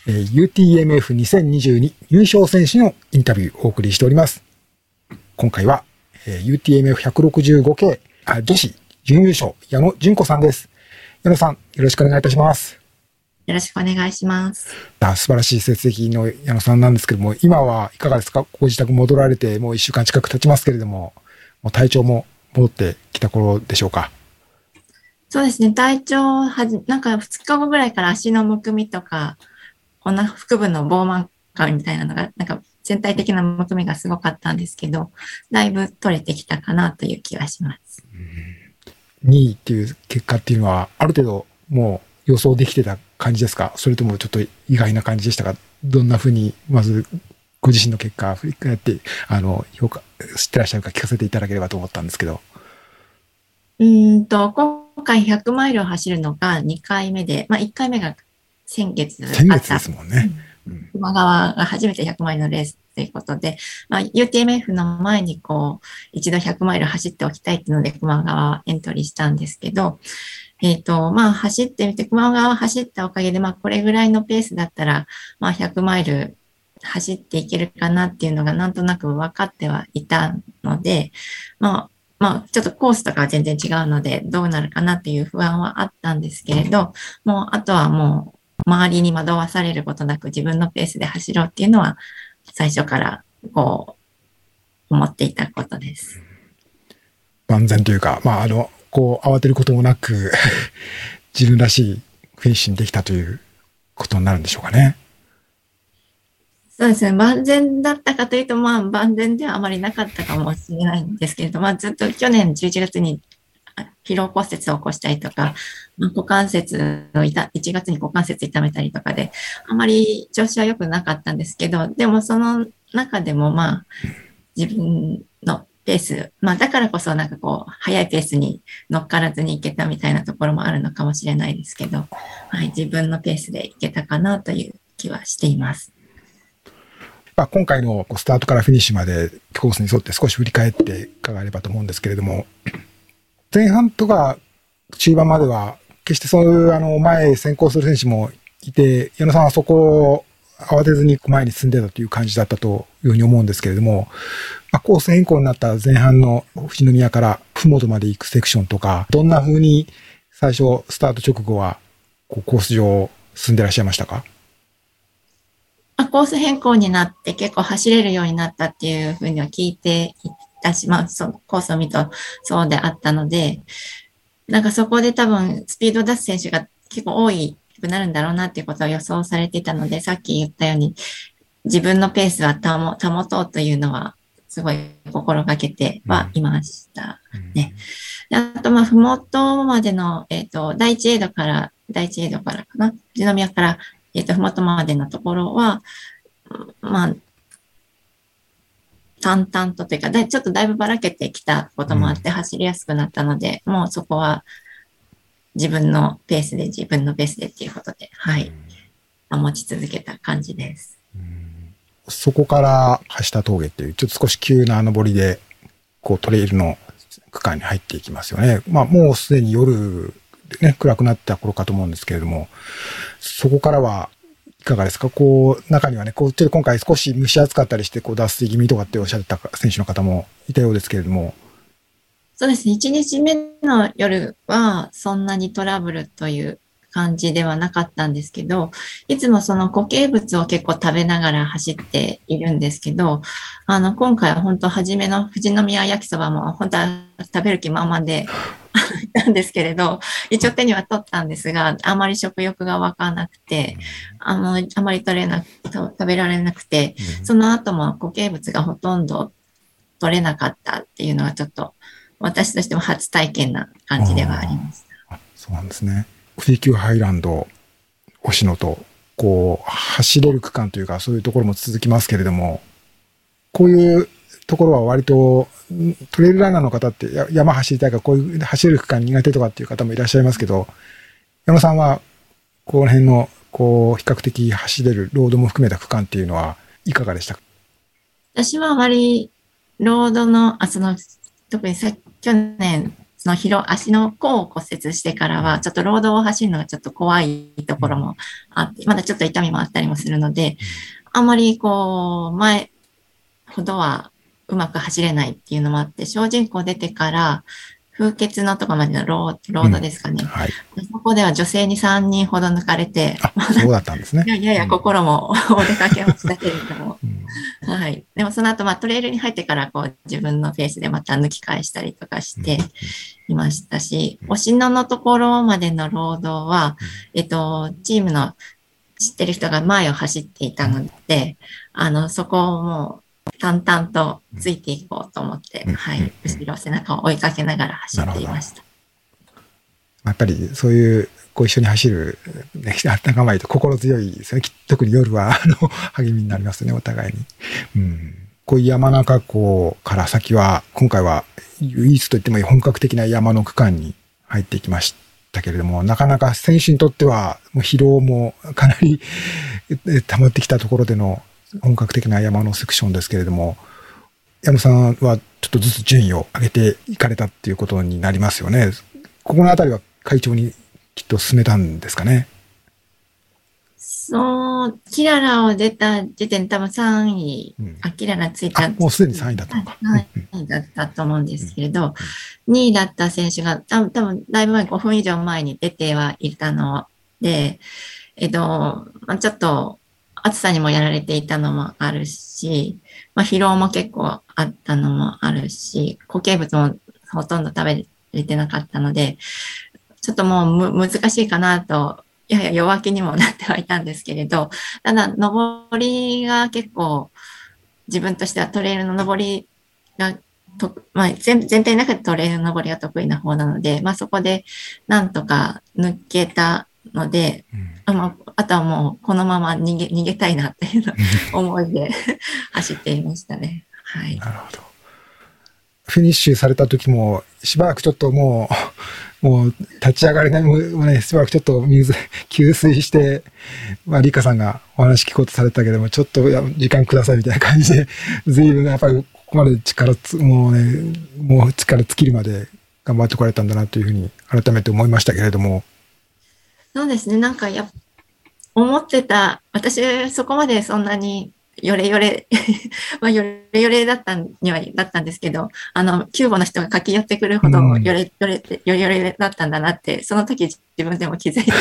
UTMF2022 優勝選手のインタビューをお送りしております。今回は、UTMF165 系女子準優勝矢野純子さんです。矢野さん、よろしくお願いいたします。 よろしくお願いします。 素晴らしい成績の矢野さんなんですけども、今はいかがですか？ご自宅戻られてもう1週間近く経ちますけれども、もう体調も戻ってきた頃でしょうか？ そうですね、体調なんか2日後ぐらいから足のむくみとか、腹部の膨満感みたいなのが、なんか全体的なむくみがすごかったんですけど、だいぶ取れてきたかなという気がします。 2位っていう結果っていうのは、ある程度もう予想できてた感じですか？それともちょっと意外な感じでしたか？どんなふうに、まずご自身の結果を振り返って、評価してらっしゃるか聞かせていただければと思ったんですけど。 今回100マイルを走るのが2回目で、1回目が先月ですもんね。 熊川が初めて100マイルのレースということで、UTMF の前に一度100マイル走っておきたいっていうので、熊川エントリーしたんですけど、走ってみて、熊川走ったおかげで、これぐらいのペースだったら、100マイル走っていけるかなっていうのがなんとなく分かってはいたので、ちょっとコースとかは全然違うので、どうなるかなっていう不安はあったんですけれど、あとは周りに惑わされることなく自分のペースで走ろうっていうのは、最初から思っていたことです。 万全というか、慌てることもなく、自分らしいフィニッシュにできたということになるんでしょうかね。 そうですね。万全だったかというと、万全ではあまりなかったかもしれないんですけれど、ずっと去年11月に疲労骨折を起こしたりとか、股関節を1月に股関節痛めたりとかで、あまり調子は良くなかったんですけど、でもその中でも自分のペース、だからこそ速いペースに乗っからずにいけたみたいなところもあるのかもしれないですけど、自分のペースでいけたかなという気はしています。 今回のスタートからフィニッシュまでコースに沿って少し振り返って伺えればと思うんですけれども、前半とか中盤までは決してそういう前先行する選手もいて、矢野さんはそこを慌てずに前に進んでたという感じだったというふうに思うんですけれども、コース変更になった前半の富士宮から麓まで行くセクションとか、どんな風に最初スタート直後はコース上を進んでいらっしゃいましたか？ コース変更になって結構走れるようになったっていうふうには聞いていたし、そのコースを見るとそうであったので、そこで多分スピードを出す選手が結構多くなるんだろうなっていうことを予想されていたので、さっき言ったように自分のペースは保とうというのはすごい心がけてはいましたね。あと、ふもとまでの、第一エイドからかな、富士宮からふもとまでのところは、淡々とというか、ちょっとだいぶばらけてきたこともあって走りやすくなったので、もうそこは自分のペースでっていうことで、持ち続けた感じです。 そこから橋田峠っていう、ちょっと少し急な登りで、トレイルの区間に入っていきますよね。もうすでに夜でね、暗くなった頃かと思うんですけれども、そこからはいかがですか？中にはね、ちょっと今回少し蒸し暑かったりして、脱水気味とかっておっしゃってた選手の方もいたようですけれども。 そうですね。1日目の夜はそんなにトラブルという感じではなかったんですけど、いつもその固形物を結構食べながら走っているんですけど、今回は本当初めの富士宮焼きそばも本当は食べる気満々でなんですけれど、一応手には取ったんですが、あまり食欲が湧かなくて、あまり食べられなくて、その後も固形物がほとんど取れなかったっていうのはちょっと私としても初体験な感じではありました。 そうなんですね。富士急ハイランド、星野と、走れる区間というか、そういうところも続きますけれども、こういうところは割と、トレイルランナーの方って山走りたいから、こういう走れる区間苦手とかっていう方もいらっしゃいますけど、矢野さんは、この辺の、比較的走れるロードも含めた区間っていうのはいかがでしたか？ 私はあまり、ロードの、特に去年その足の甲を骨折してからは、ちょっとロードを走るのがちょっと怖いところもあって、まだちょっと痛みもあったりもするので、あんまり前ほどはうまく走れないっていうのもあって、小人口出てから、風穴のとこまでのロードですかね。 はい。 そこでは女性に3人ほど抜かれて、 そうだったんですね。 やや心もお出かけましたけれども。はい。でもその後、トレイルに入ってから自分のペースでまた抜き返したりとかしていましたし、おしののところまでのロードは、チームの知ってる人が前を走っていたので、そこをもう淡々とついていこうと思って、はい。後ろ背中を追いかけながら走っていました。 やっぱりそういう一緒に走る、ね、仲間いと心強いですね。特に夜は励みになりますね、お互いに。こういう山中湖から先は、今回は唯一と言ってもいい本格的な山の区間に入っていきましたけれども、なかなか選手にとってはもう疲労もかなり溜まってきたところでの本格的な山のセクションですけれども、矢野さんはちょっとずつ順位を上げていかれたっていうことになりますよね。ここのあたりは会長にきっと進めたんですかね。 キララを出た時点多分3位、キララついた。 もうすでに3位だったのか。 3位だったと思うんですけれど、2位だった選手が多分だいぶ前、5分以上前に出てはいたので、ちょっと暑さにもやられていたのもあるし、疲労も結構あったのもあるし、固形物もほとんど食べれてなかったので、ちょっともう難しいかなと、やや弱気にもなってはいたんですけれど、ただ、登りが結構、自分としてはトレイルの登りが全体の中でトレイルの登りが得意な方なので、そこでなんとか抜けたので、あとはもうこのまま逃げたいなっていう思いで走っていましたね。はい。 なるほど。フィニッシュされた時も、しばらくちょっともう立ち上がれない、もうね、しばらくちょっと給水して、リカさんがお話聞こうとされたけども、ちょっと時間くださいみたいな感じで、随分やっぱりここまでもう力尽きるまで頑張ってこられたんだなというふうに改めて思いましたけれども。 そうですね、思ってた、私そこまでそんなにヨレヨレヨレだったんですけど、キューバの人が駆け寄ってくるほどヨレだったんだなって、その時自分でも気づいて、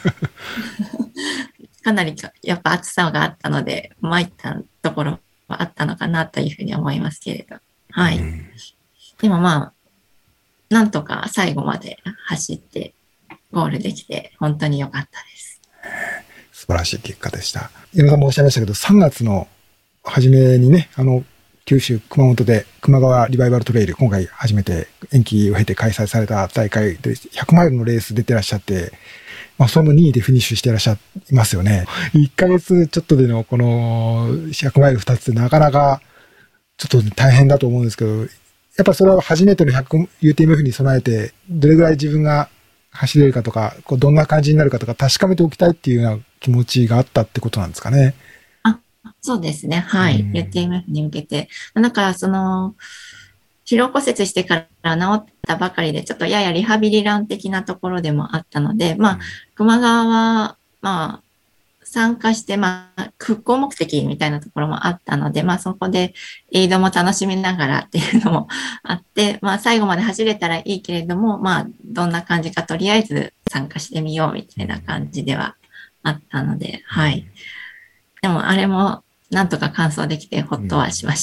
かなりやっぱ暑さがあったので、参ったところはあったのかなというふうに思いますけれど。はい。でもなんとか最後まで走ってゴールできて、本当に良かったです。 素晴らしい結果でした。矢野さんもおっしゃいましたけど、3月の初めにね、九州熊本で球磨川リバイバルトレイル、今回初めて延期を経て開催された大会で100マイルのレース出てらっしゃって、その2位でフィニッシュしていらっしゃいますよね。1ヶ月ちょっとでのこの100マイル2つってなかなかちょっと大変だと思うんですけど、やっぱそれは初めてのUTMF に備えて、どれぐらい自分が走れるかとか、どんな感じになるかとか確かめておきたいっていうような気持ちがあったってことなんですかね。 そうですね。はい。UTMF に向けて。だから疲労骨折してから治ったばかりで、ちょっとややリハビリラン的なところでもあったので、球磨川は、参加して、復興目的みたいなところもあったので、そこでエイドも楽しみながらっていうのもあって、最後まで走れたらいいけれども、どんな感じかとりあえず参加してみようみたいな感じではあったので、はい。でもあれもなんとか完走できてほっとはしました。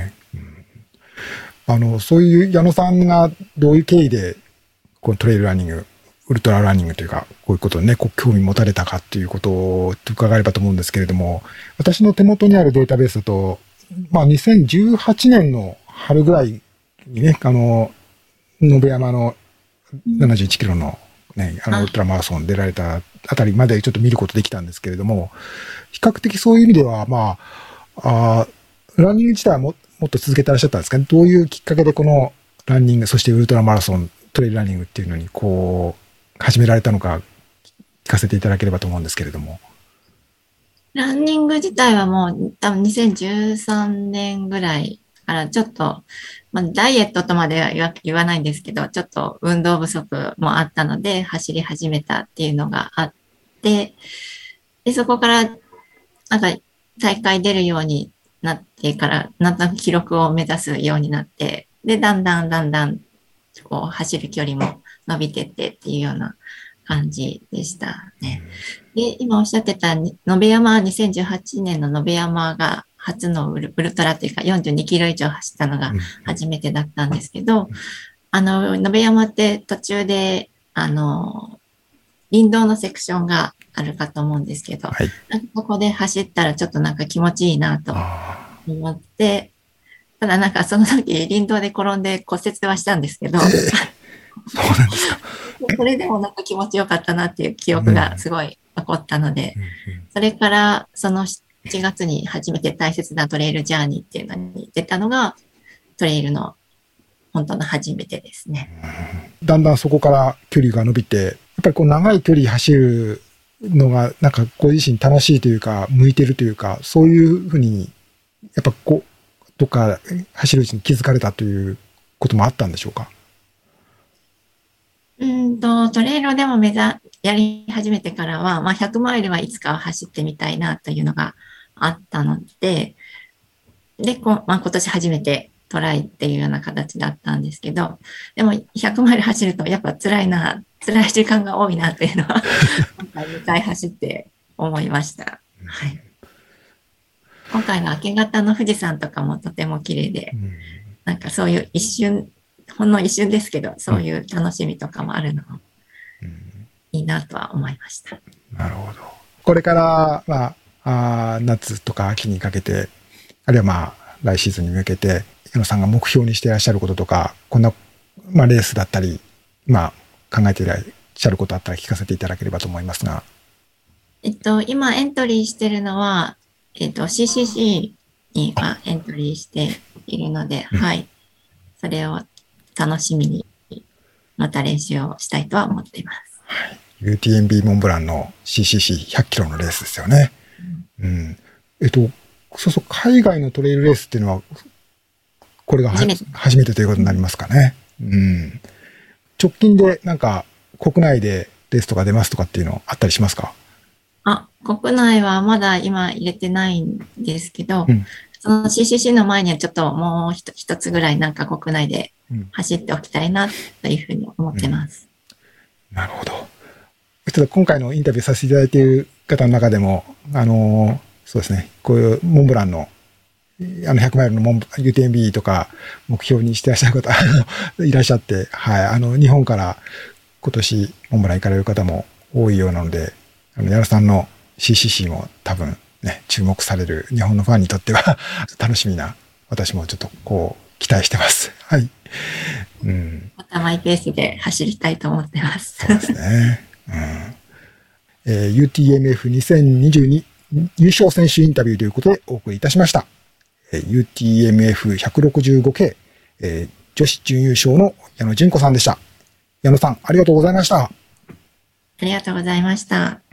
そういう矢野さんがどういう経緯で、このトレイルランニング、ウルトラランニングというか、こういうことをね、興味持たれたかっていうことを伺えればと思うんですけれども、私の手元にあるデータベースだと、2018年の春ぐらいにね、延山の71キロのね、ウルトラマラソン出られたあたりまでちょっと見ることできたんですけれども、比較的そういう意味では、ランニング自体はもっと続けてらっしゃったんですかね。どういうきっかけでこのランニング、そしてウルトラマラソン、トレイルランニングっていうのに始められたのか聞かせていただければと思うんですけれども。 ランニング自体はもう多分2013年ぐらいからちょっと、まあ、ダイエットとまでは言わないんですけど、ちょっと運動不足もあったので、走り始めたっていうのがあって、で、そこから、なんか、大会出るようになってから、なんとなく記録を目指すようになって、で、だんだん、こう、走る距離も伸びてってっていうような感じでしたね。で、今おっしゃってた、延山、2018年の延山が初のウルトラというか42キロ以上走ったのが初めてだったんですけど、延山って途中で、林道のセクションがあるかと思うんですけど、 はい。 なんかここで走ったらちょっとなんか気持ちいいなと思って、ただなんかその時林道で転んで骨折はしたんですけど、 そうなんですか。 それでもなんか気持ちよかったなっていう記憶がすごい残ったので、それからその7月に初めて大切なトレイルジャーニーっていうのに出たのが、トレイルの本当の初めてですね。 だんだんそこから距離が伸びて、やっぱりこう長い距離走るのが、なんかご自身楽しいというか、向いてるというか、そういうふうに、やっぱこう、どっか走るうちに気づかれたということもあったんでしょうか？ トレイルをでもやり始めてからは、まあ、100マイルはいつかは走ってみたいなというのがあったので、で、まあ、今年初めてトライっていうような形だったんですけど、でも100マイル走るとやっぱ辛い時間が多いなっていうのは、今回2回走って思いました。はい。今回の明け方の富士山とかもとても綺麗で、なんかそういうほんの一瞬ですけど、そういう楽しみとかもあるのもいいなとは思いました。 なるほど。これから、まあ、夏とか秋にかけて、あるいはまあ、来シーズンに向けて、矢野さんが目標にしていらっしゃることとか、こんな、まあ、レースだったり、まあ、考えていらっしゃることあったら聞かせていただければと思いますが。 今エントリーしてるのは、CCC にはエントリーしているので、はい。それを楽しみに、また練習をしたいとは思っています。 はい。UTMB モンブランの CCC100 キロのレースですよね。そうそう、海外のトレイルレースっていうのは、これが初めてということになりますかね。直近でなんか国内でレースとか出ますとかっていうのあったりしますか？ 国内はまだ今入れてないんですけど、その CCC の前にはちょっともう一つぐらいなんか国内で走っておきたいなというふうに思ってます。 なるほど。今回のインタビューさせていただいている方の中でも、そうですね、こういうモンブランの、100マイルのUTMB とか目標にしていらっしゃる方いらっしゃって、はい、日本から今年モンブラン行かれる方も多いようなので、矢野さんの CCC も多分ね、注目される日本のファンにとっては楽しみな、私もちょっとこう、期待してます。はい。 またマイペースで走りたいと思ってます。 そうですね。UTMF2022 優勝選手インタビューということでお送りいたしました。UTMF165K、女子準優勝の矢野純子さんでした。矢野さん、ありがとうございました。 ありがとうございました。